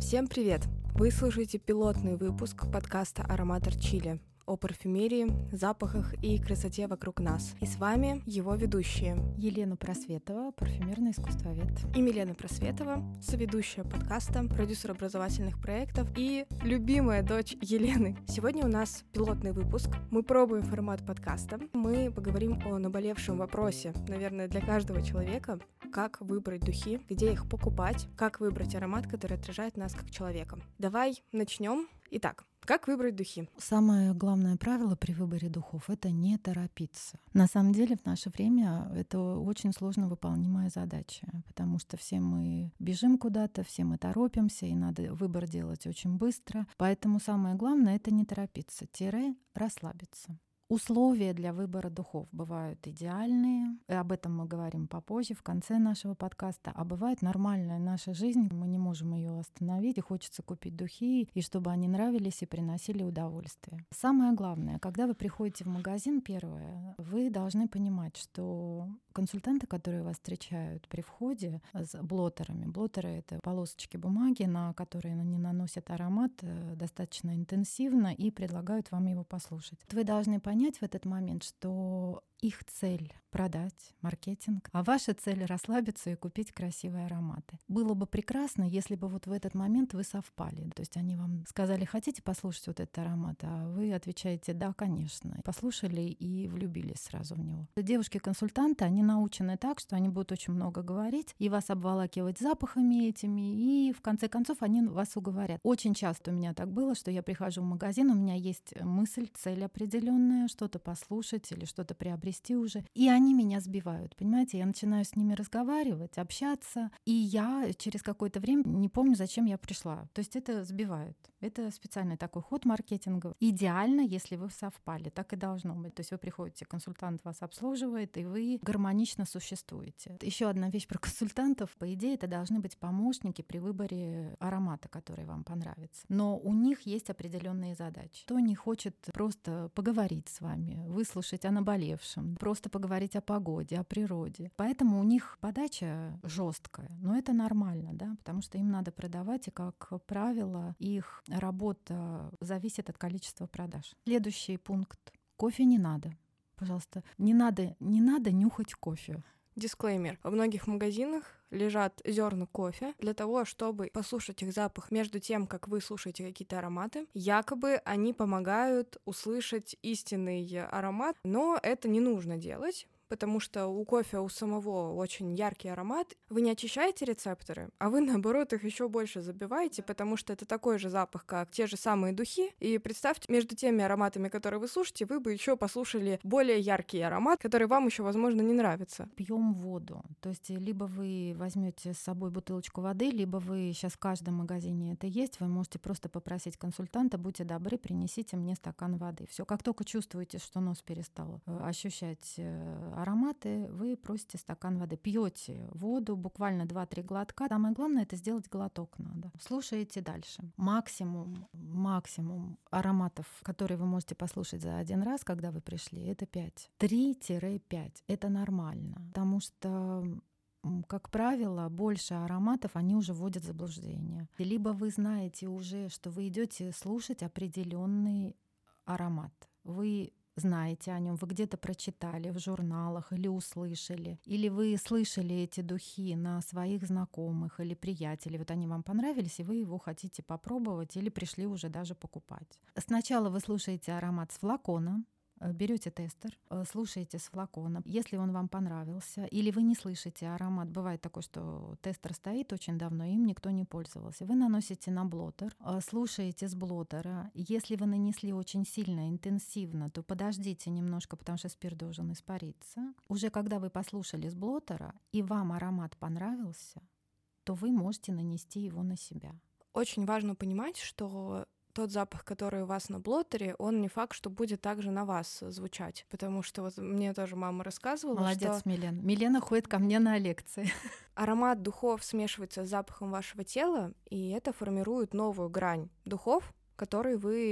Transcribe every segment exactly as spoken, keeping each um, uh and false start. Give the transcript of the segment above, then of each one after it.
Всем привет! Вы слушаете пилотный выпуск подкаста «Ароматор Чили» о парфюмерии, запахах и красоте вокруг нас. И с вами его ведущие Елена Просветова, парфюмерный искусствовед, и Милена Просветова, соведущая подкаста, продюсер образовательных проектов и любимая дочь Елены. Сегодня у нас пилотный выпуск. Мы пробуем формат подкаста. Мы поговорим о наболевшем вопросе, наверное, для каждого человека: как выбрать духи, где их покупать, как выбрать аромат, который отражает нас как человека. Давай начнем. Итак, как выбрать духи? Самое главное правило при выборе духов — это не торопиться. На самом деле в наше время это очень сложно выполнимая задача, потому что все мы бежим куда-то, все мы торопимся, и надо выбор делать очень быстро. Поэтому самое главное — это не торопиться, тире расслабиться. Условия для выбора духов бывают идеальные, и об этом мы говорим попозже, в конце нашего подкаста. А бывает нормальная наша жизнь, мы не можем ее остановить, и хочется купить духи, и чтобы они нравились и приносили удовольствие. Самое главное, когда вы приходите в магазин, первое, вы должны понимать, что консультанты, которые вас встречают при входе с блоттерами, блоттеры — это полосочки бумаги, на которые они наносят аромат достаточно интенсивно и предлагают вам его послушать. Вы должны понять в этот момент, что их цель — продать, маркетинг, а ваша цель — расслабиться и купить красивые ароматы. Было бы прекрасно, если бы вот в этот момент вы совпали. То есть они вам сказали: хотите послушать вот этот аромат? А вы отвечаете: да, конечно. Послушали и влюбились сразу в него. Девушки-консультанты, они научены так, что они будут очень много говорить и вас обволакивать запахами этими, и в конце концов они вас уговорят. Очень часто у меня так было, что я прихожу в магазин, у меня есть мысль, цель определенная, что-то послушать или что-то приобрести уже, и они меня сбивают, понимаете? Я начинаю с ними разговаривать, общаться, и я через какое-то время не помню, зачем я пришла. То есть это сбивает. Это специальный такой ход маркетинговый. Идеально, если вы совпали, так и должно быть. То есть вы приходите, консультант вас обслуживает, и вы гармонично существуете. Еще одна вещь про консультантов. По идее, это должны быть помощники при выборе аромата, который вам понравится. Но у них есть определенные задачи. Кто не хочет просто поговорить с вами, выслушать о наболевшем, просто поговорить о погоде, о природе. Поэтому у них подача жесткая, но это нормально, да, потому что им надо продавать, и, как правило, их работа зависит от количества продаж. Следующий пункт. Кофе не надо. Пожалуйста, не надо, не надо нюхать кофе. Дисклеймер. Во многих магазинах лежат зерна кофе для того, чтобы послушать их запах между тем, как вы слушаете какие-то ароматы. Якобы они помогают услышать истинный аромат, но это не нужно делать, потому что у кофе у самого очень яркий аромат. Вы не очищаете рецепторы, а вы, наоборот, их еще больше забиваете, потому что это такой же запах, как те же самые духи. И представьте, между теми ароматами, которые вы слушаете, вы бы еще послушали более яркий аромат, который вам еще, возможно, не нравится. Пьем воду. То есть либо вы возьмете с собой бутылочку воды, либо вы сейчас в каждом магазине это есть, вы можете просто попросить консультанта: будьте добры, принесите мне стакан воды. Все, как только чувствуете, что нос перестал ощущать ароматы, вы просите стакан воды, пьете воду, буквально два-три глотка. Самое главное — это сделать глоток надо. Слушаете дальше. Максимум, максимум ароматов, которые вы можете послушать за один раз, когда вы пришли, это пять. три-пять. Это нормально, потому что, как правило, больше ароматов они уже вводят в заблуждение. Либо вы знаете уже, что вы идете слушать определенный аромат. Вы знаете о нем, вы где-то прочитали в журналах или услышали, или вы слышали эти духи на своих знакомых или приятелей, вот они вам понравились, и вы его хотите попробовать или пришли уже даже покупать. Сначала вы слушаете аромат с флакона, берете тестер, слушаете с флакона. Если он вам понравился, или вы не слышите аромат, бывает такое, что тестер стоит очень давно, им никто не пользовался, вы наносите на блоттер, слушаете с блоттера. Если вы нанесли очень сильно, интенсивно, то подождите немножко, потому что спирт должен испариться. Уже когда вы послушали с блоттера, и вам аромат понравился, то вы можете нанести его на себя. Очень важно понимать, что тот запах, который у вас на блоттере, он не факт, что будет также на вас звучать. Потому что вот мне тоже мама рассказывала, Молодец, что... Милена. Милена ходит ко мне на лекции. Аромат духов смешивается с запахом вашего тела, и это формирует новую грань духов, которые вы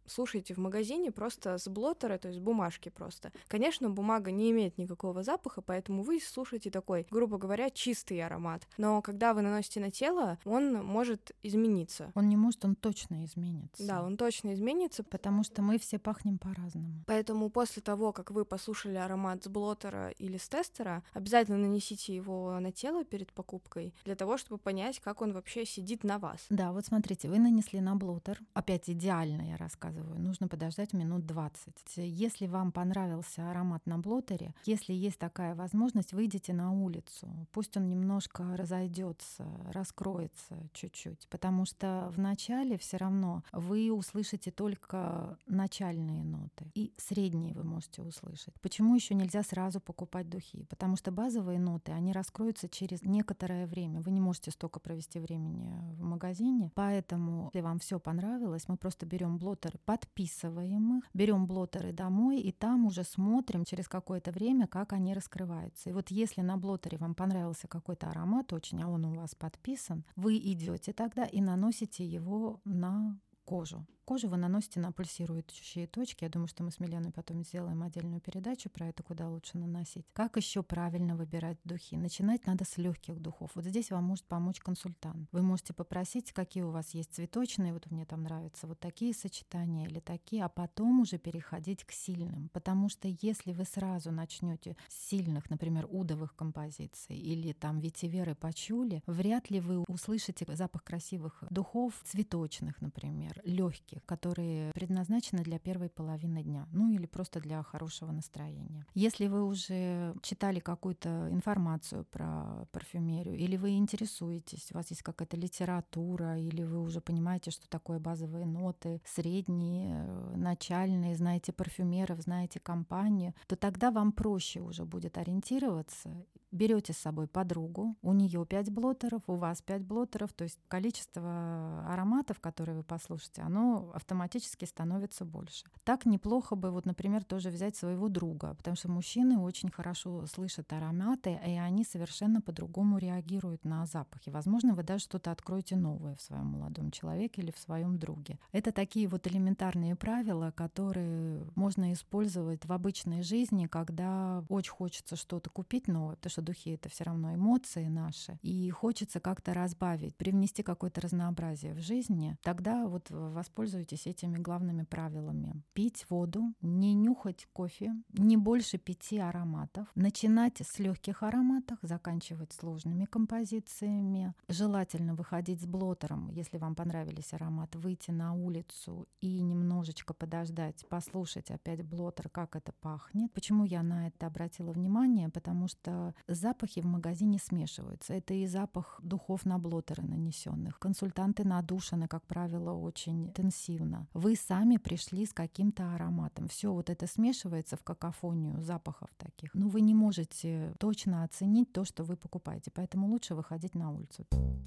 слушаете в магазине просто с блотера, то есть с бумажки просто. Конечно, бумага не имеет никакого запаха, поэтому вы слушаете такой, грубо говоря, чистый аромат. Но когда вы наносите на тело, он может измениться. Он не может, он точно изменится. Да, он точно изменится. Потому что мы все пахнем по-разному. Поэтому после того, как вы послушали аромат с блотера или с тестера, обязательно нанесите его на тело перед покупкой, для того, чтобы понять, как он вообще сидит на вас. Да, вот смотрите, вы нанесли на блотер. Опять идеально я рассказываю. Нужно подождать минут двадцать. Если вам понравился аромат на блотере, если есть такая возможность, выйдите на улицу. Пусть он немножко разойдется, раскроется чуть-чуть. Потому что в начале все равно вы услышите только начальные ноты. И средние вы можете услышать. Почему еще нельзя сразу покупать духи? Потому что базовые ноты, они раскроются через некоторое время. Вы не можете столько провести времени в магазине. Поэтому, если вам все понравилось, мы просто берем блотеры, подписываем их, берем блотеры домой, и там уже смотрим через какое-то время, как они раскрываются. И вот если на блотере вам понравился какой-то аромат очень, а он у вас подписан, вы идете тогда и наносите его на кожу. Кожу вы наносите на пульсирующие точки. Я думаю, что мы с Миленой потом сделаем отдельную передачу про это, куда лучше наносить. Как еще правильно выбирать духи? Начинать надо с легких духов. Вот здесь вам может помочь консультант. Вы можете попросить, какие у вас есть цветочные, вот мне там нравятся вот такие сочетания или такие, а потом уже переходить к сильным. Потому что если вы сразу начнете с сильных, например, удовых композиций или там ветиверы, пачули, вряд ли вы услышите запах красивых духов, цветочных, например, легких, которые предназначены для первой половины дня, ну или просто для хорошего настроения. Если вы уже читали какую-то информацию про парфюмерию, или вы интересуетесь, у вас есть какая-то литература, или вы уже понимаете, что такое базовые ноты, средние, начальные, знаете парфюмеров, знаете компанию, то тогда вам проще уже будет ориентироваться. Берете с собой подругу, у нее пять блотеров, у вас пять блотеров, то есть количество ароматов, которые вы послушаете, оно автоматически становится больше. Так неплохо бы, вот, например, тоже взять своего друга, потому что мужчины очень хорошо слышат ароматы, и они совершенно по-другому реагируют на запахи. Возможно, вы даже что-то откроете новое в своем молодом человеке или в своем друге. Это такие вот элементарные правила, которые можно использовать в обычной жизни, когда очень хочется что-то купить новое, потому что духи — это все равно эмоции наши, и хочется как-то разбавить, привнести какое-то разнообразие в жизни, тогда вот воспользуйтесь этими главными правилами. Пить воду, не нюхать кофе, не больше пяти ароматов, начинать с легких ароматов, заканчивать сложными композициями, желательно выходить с блотером, если вам понравились ароматы, выйти на улицу и немножечко подождать, послушать опять блотер, как это пахнет. Почему я на это обратила внимание? Потому что запахи в магазине смешиваются. Это и запах духов на блотеры нанесенных. Консультанты надушены, как правило, очень интенсивно. Вы сами пришли с каким-то ароматом. Все вот это смешивается в какофонию запахов таких. Но вы не можете точно оценить то, что вы покупаете. Поэтому лучше выходить на улицу.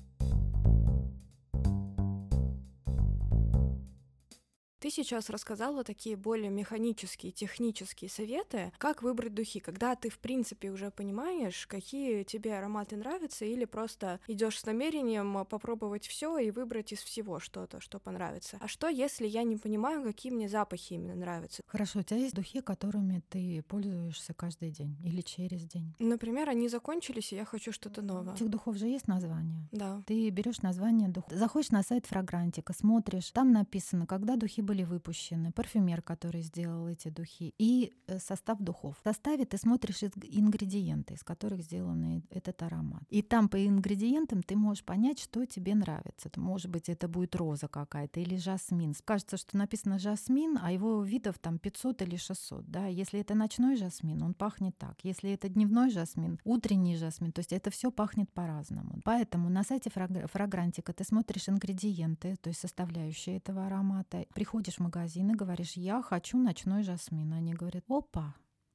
Ты сейчас рассказала такие более механические, технические советы, как выбрать духи, когда ты, в принципе, уже понимаешь, какие тебе ароматы нравятся, или просто идешь с намерением попробовать все и выбрать из всего что-то, что понравится. А что, если я не понимаю, какие мне запахи именно нравятся? Хорошо, у тебя есть духи, которыми ты пользуешься каждый день или через день? Например, они закончились, и я хочу что-то новое. У этих духов же есть название? Да. Ты берешь название духов, заходишь на сайт Фрагрантика, смотришь, там написано, когда духи были выпущены, парфюмер, который сделал эти духи, и состав духов. В составе ты смотришь ингредиенты, из которых сделан этот аромат. И там по ингредиентам ты можешь понять, что тебе нравится. Может быть, это будет роза какая-то или жасмин. Кажется, что написано жасмин, а его видов там пятьсот или шестьсот. Да? Если это ночной жасмин, он пахнет так. Если это дневной жасмин, утренний жасмин, то есть это все пахнет по-разному. Поэтому на сайте Фрагрантика ты смотришь ингредиенты, то есть составляющие этого аромата, приходишь в магазин и говоришь, я хочу ночной жасмин. Они говорят, опа,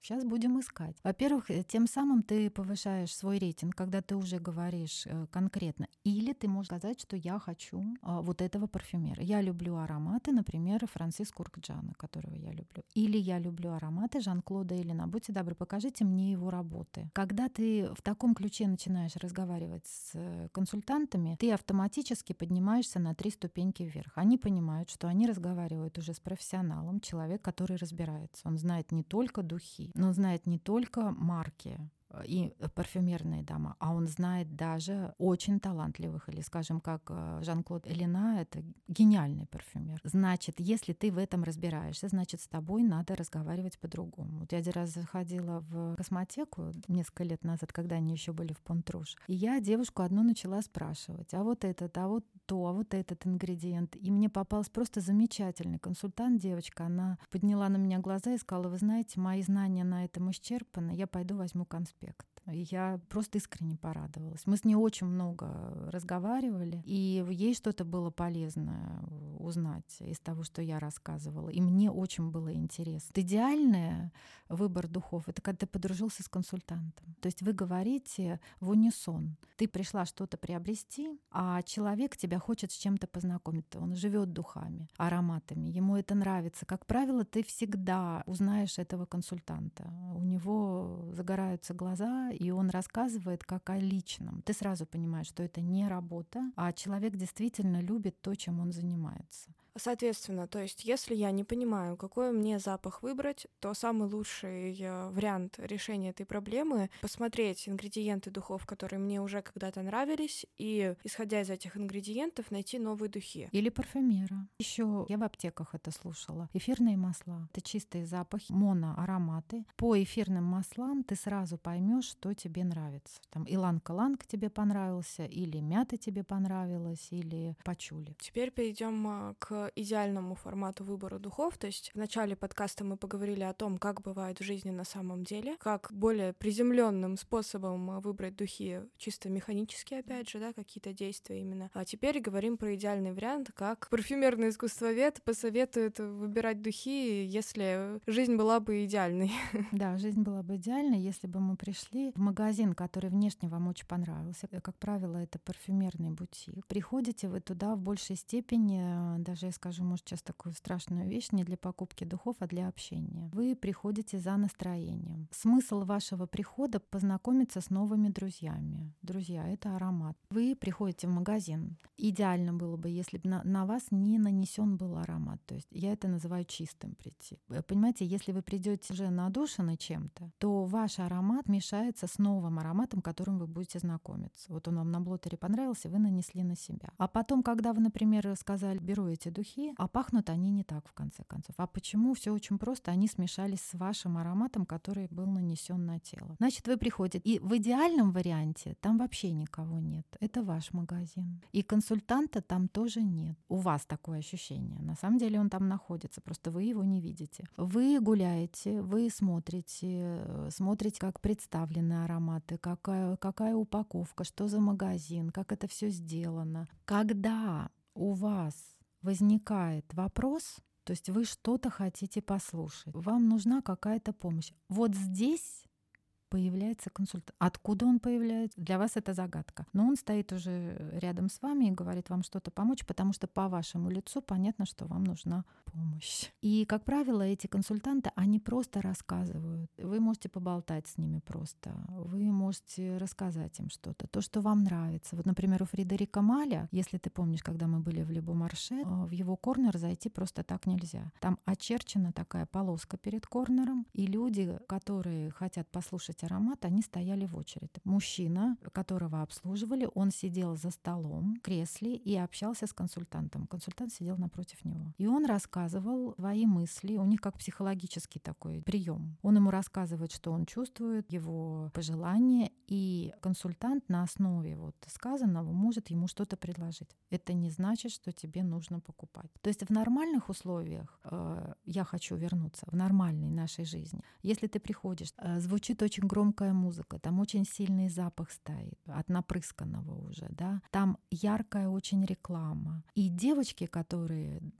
Сейчас будем искать. Во-первых, э, тем самым ты повышаешь свой рейтинг, когда ты уже говоришь э, конкретно. Или ты можешь сказать, что я хочу а, вот этого парфюмера. Я люблю ароматы, например, Франсис Куркджана, которого я люблю. Или я люблю ароматы Жан-Клода Эллина. Будьте добры, покажите мне его работы. Когда ты в таком ключе начинаешь разговаривать с э, консультантами, ты автоматически поднимаешься на три ступеньки вверх. Они понимают, что они разговаривают уже с профессионалом, человек, который разбирается. Он знает не только духи, но он знает не только марки и парфюмерные дома, а он знает даже очень талантливых, или, скажем, как Жан-Клод Эллина, это гениальный парфюмер. Значит, если ты в этом разбираешься, значит, с тобой надо разговаривать по-другому. Вот я один раз заходила в космотеку несколько лет назад, когда они еще были в Понтруш, и я девушку одну начала спрашивать, а вот этот, а вот то, а вот этот ингредиент. И мне попалась просто замечательный консультант, девочка. Она подняла на меня глаза и сказала: вы знаете, мои знания на этом исчерпаны, я пойду возьму конспект. И я просто искренне порадовалась. Мы с ней очень много разговаривали, и ей что-то было полезное узнать из того, что я рассказывала. И мне очень было интересно. Идеальный выбор духов — это когда ты подружился с консультантом. То есть вы говорите в унисон. Ты пришла что-то приобрести, а человек тебя хочет с чем-то познакомить. Он живет духами, ароматами, ему это нравится. Как правило, ты всегда узнаешь этого консультанта. У него загораются глаза, и он рассказывает как о личном. Ты сразу понимаешь, что это не работа, а человек действительно любит то, чем он занимается. Соответственно, то есть если я не понимаю, какой мне запах выбрать, то самый лучший вариант решения этой проблемы — посмотреть ингредиенты духов, которые мне уже когда-то нравились, и, исходя из этих ингредиентов, найти новые духи. Или парфюмера. Еще я в аптеках это слушала. Эфирные масла — это чистые запахи, моноароматы. По эфирным маслам ты сразу поймешь, что тебе нравится. Там иланг-иланг тебе понравился, или мята тебе понравилась, или пачули. Теперь перейдем к идеальному формату выбора духов. То есть в начале подкаста мы поговорили о том, как бывает в жизни на самом деле, как более приземленным способом выбрать духи, чисто механически, опять же, да, какие-то действия именно. А теперь говорим про идеальный вариант, как парфюмерный искусствовед посоветует выбирать духи, если жизнь была бы идеальной. Да, жизнь была бы идеальной, если бы мы пришли в магазин, который внешне вам очень понравился. Как правило, это парфюмерный бутик. Приходите вы туда в большей степени, даже я скажу, может, сейчас такую страшную вещь, не для покупки духов, а для общения. Вы приходите за настроением. Смысл вашего прихода — познакомиться с новыми друзьями. Друзья — это аромат. Вы приходите в магазин. Идеально было бы, если бы на, на вас не нанесен был аромат. То есть я это называю чистым прийти. Понимаете, если вы придете уже надушены чем-то, то ваш аромат мешается с новым ароматом, которым вы будете знакомиться. Вот он вам на блотере понравился, вы нанесли на себя. А потом, когда вы, например, сказали: беру эти духи, а пахнут они не так, в конце концов. А почему? Все очень просто. Они смешались с вашим ароматом, который был нанесен на тело. Значит, вы приходите. И в идеальном варианте там вообще никого нет. Это ваш магазин. И консультанта там тоже нет. У вас такое ощущение. На самом деле он там находится, просто вы его не видите. Вы гуляете, вы смотрите, смотрите, как представлены ароматы, какая, какая упаковка, что за магазин, как это все сделано. Когда у вас возникает вопрос, то есть вы что-то хотите послушать, вам нужна какая-то помощь. Вот здесь появляется консультант. Откуда он появляется? Для вас это загадка. Но он стоит уже рядом с вами и говорит вам что-то помочь, потому что по вашему лицу понятно, что вам нужна помощь. И, как правило, эти консультанты, они просто рассказывают. Вы можете поболтать с ними просто. Вы можете рассказать им что-то. То, что вам нравится. Вот, например, у Фредерика Маля, если ты помнишь, когда мы были в Le Bon Marché, в его корнер зайти просто так нельзя. Там очерчена такая полоска перед корнером, и люди, которые хотят послушать аромат, они стояли в очередь. Мужчина, которого обслуживали, он сидел за столом в кресле и общался с консультантом. Консультант сидел напротив него. И он рассказывал свои мысли. У них как психологический такой прием. Он ему рассказывает, что он чувствует, его пожелания, и консультант на основе вот сказанного может ему что-то предложить. Это не значит, что тебе нужно покупать. То есть в нормальных условиях, э, я хочу вернуться, в нормальной нашей жизни, если ты приходишь, э, звучит очень громкая музыка, там очень сильный запах стоит от напрысканного уже, да, там яркая очень реклама. И девочки, которые... Ты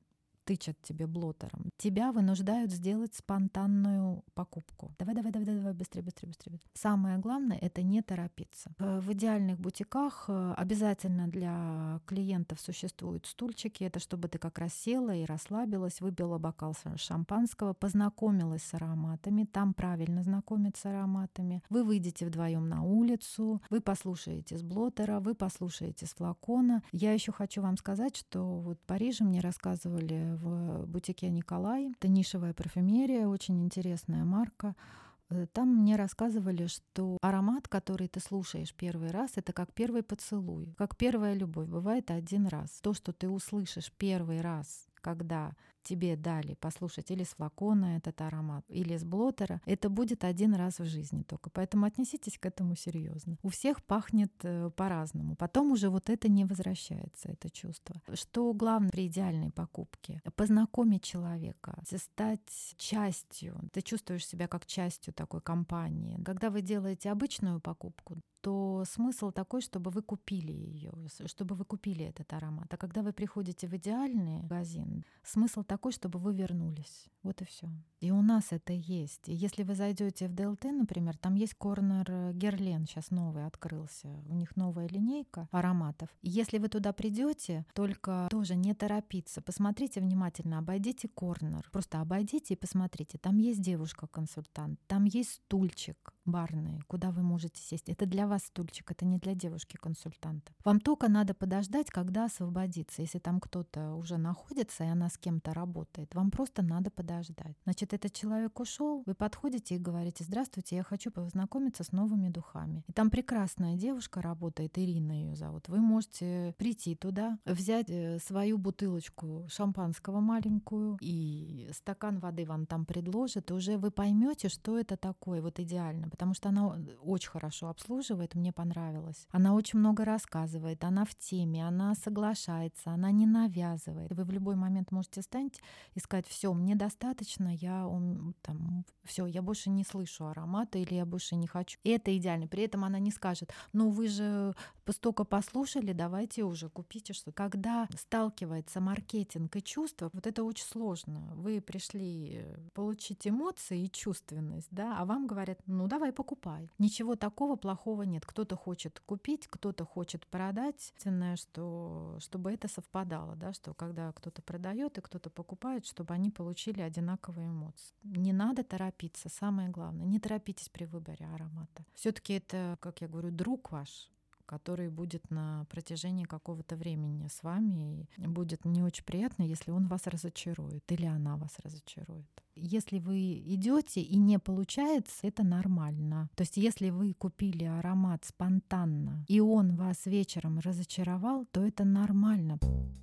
тычат тебе блотером, тебя вынуждают сделать спонтанную покупку. Давай, давай, давай, давай, быстрее, быстрее, быстрее. Самое главное — это не торопиться. В идеальных бутиках обязательно для клиентов существуют стульчики. Это чтобы ты как раз села и расслабилась, выпила бокал шампанского, познакомилась с ароматами. Там правильно знакомиться с ароматами. Вы выйдете вдвоем на улицу, вы послушаете с блотера, вы послушаете с флакона. Я еще хочу вам сказать, что вот в Париже мне рассказывали в бутике Николай. Это нишевая парфюмерия, очень интересная марка. Там мне рассказывали, что аромат, который ты слушаешь первый раз, это как первый поцелуй, как первая любовь. Бывает один раз. То, что ты услышишь первый раз, когда тебе дали послушать или с флакона этот аромат, или с блотера, это будет один раз в жизни только. Поэтому отнеситесь к этому серьезно. У всех пахнет э, по-разному. Потом уже вот это не возвращается, это чувство. Что главное при идеальной покупке? Познакомить человека, стать частью. Ты чувствуешь себя как частью такой компании. Когда вы делаете обычную покупку, то смысл такой, чтобы вы купили ее, чтобы вы купили этот аромат. А когда вы приходите в идеальный магазин, смысл такой, чтобы вы вернулись. Вот и все. И у нас это есть. И если вы зайдете в ДЛТ, например, там есть корнер Герлен, сейчас новый открылся. У них новая линейка ароматов. И если вы туда придете, только тоже не торопиться. Посмотрите внимательно, обойдите корнер. Просто обойдите и посмотрите. Там есть девушка-консультант, там есть стульчик барный, куда вы можете сесть. Это для вас стульчик, это не для девушки-консультанта. Вам только надо подождать, когда освободится. Если там кто-то уже находится, и она с кем-то работает, вам просто надо подождать. Значит, этот человек ушел, вы подходите и говорите: здравствуйте, я хочу познакомиться с новыми духами. И там прекрасная девушка работает, Ирина ее зовут. Вы можете прийти туда, взять свою бутылочку шампанского маленькую, и стакан воды вам там предложат, и уже вы поймете, что это такое, вот идеально, потому что она очень хорошо обслуживает, мне понравилось. Она очень много рассказывает, она в теме, она соглашается, она не навязывает. Вы в любой момент можете встать и сказать: все, мне достаточно, я там, все, я больше не слышу аромата, или я больше не хочу. И это идеально. При этом она не скажет: ну вы же столько послушали, давайте уже купите что-то. Когда сталкивается маркетинг и чувства, вот это очень сложно. Вы пришли получить эмоции и чувственность, да, а вам говорят: ну давай покупай. Ничего такого плохого нет. Кто-то хочет купить, кто-то хочет продать. Единственное, что чтобы это совпадало, да, что когда кто-то продает и кто-то покупает, чтобы они получили одинаковые эмоции. Не надо торопиться, самое главное. Не торопитесь при выборе аромата. Все-таки это, как я говорю, друг ваш, который будет на протяжении какого-то времени с вами. И будет не очень приятно, если он вас разочарует или она вас разочарует. Если вы идете и не получается, это нормально. То есть если вы купили аромат спонтанно, и он вас вечером разочаровал, то это нормально.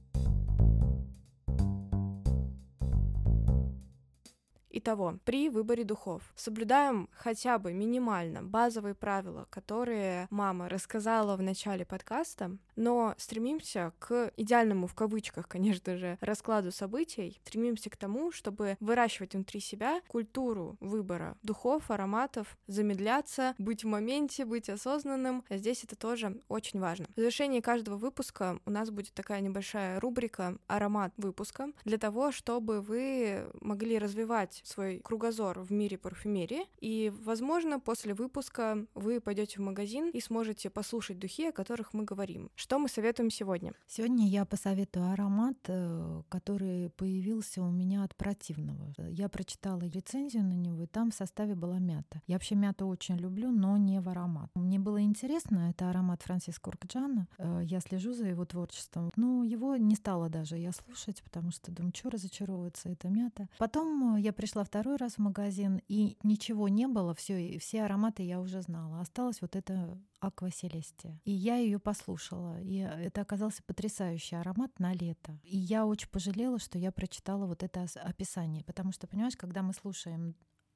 Итого, при выборе духов соблюдаем хотя бы минимально базовые правила, которые мама рассказала в начале подкаста, но стремимся к идеальному, в кавычках, конечно же, раскладу событий, стремимся к тому, чтобы выращивать внутри себя культуру выбора духов, ароматов, замедляться, быть в моменте, быть осознанным. Здесь это тоже очень важно. В завершении каждого выпуска у нас будет такая небольшая рубрика «Аромат выпуска», для того, чтобы вы могли развивать свой кругозор в мире парфюмерии, и, возможно, после выпуска вы пойдете в магазин и сможете послушать духи, о которых мы говорим. Что мы советуем сегодня? Сегодня я посоветую аромат, который появился у меня от противного. Я прочитала рецензию на него, и там в составе была мята. Я вообще мяту очень люблю, но не в аромат. Мне было интересно, это аромат Франсиско Уркджана. Я слежу за его творчеством, но его не стала даже я слушать, потому что думаю, что разочаровывается эта мята. Потом я пришла второй раз в магазин, и ничего не было, все, все ароматы я уже знала. Осталась вот эта Аква Селестия. И я ее послушала. И это оказался потрясающий аромат на лето. И я очень пожалела, что я прочитала вот это описание. Потому что, понимаешь, когда мы слушаем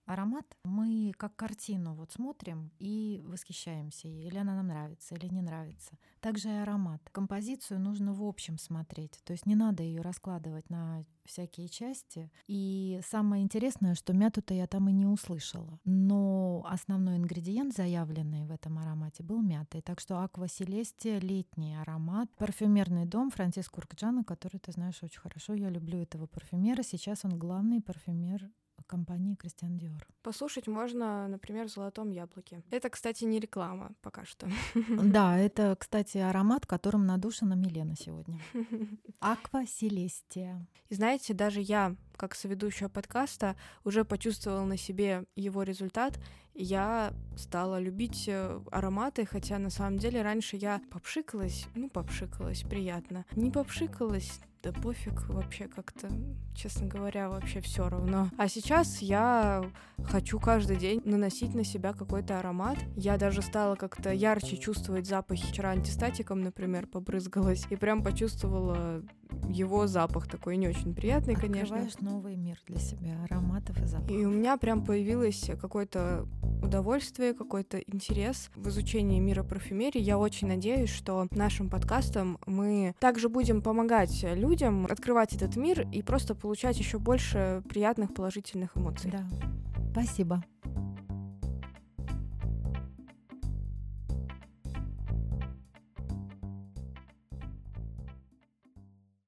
аромат, мы как картину вот смотрим и восхищаемся ей. Или она нам нравится, или не нравится. Также и аромат. Композицию нужно в общем смотреть. То есть не надо ее раскладывать на всякие части. И самое интересное, что мяту-то я там и не услышала. Но основной ингредиент, заявленный в этом аромате, был мятой. Так что Аква Селестия — летний аромат. Парфюмерный дом Франциско Уркджана, который ты знаешь очень хорошо. Я люблю этого парфюмера. Сейчас он главный парфюмер компании Кристиан Диор. Послушать можно, например, в «Золотом яблоке». Это, кстати, не реклама пока что. Да, это, кстати, аромат, которым надушена Милена сегодня. Аква Селестия. И знаете, даже я, как соведущая подкаста, уже почувствовала на себе его результат. Я стала любить ароматы, хотя на самом деле раньше я попшикалась, ну, попшикалась, приятно. Не попшикалась, да пофиг вообще как-то, честно говоря, вообще все равно. А сейчас я хочу каждый день наносить на себя какой-то аромат. Я даже стала как-то ярче чувствовать запахи. Вчера антистатиком, например, побрызгалась и прям почувствовала его запах такой не очень приятный, конечно. Открываешь новый мир для себя ароматов и запахов. И у меня прям появилось какое-то удовольствие, какой-то интерес в изучении мира парфюмерии. Я очень надеюсь, что нашим подкастом мы также будем помогать людям открывать этот мир и просто получать еще больше приятных положительных эмоций. Да. Спасибо.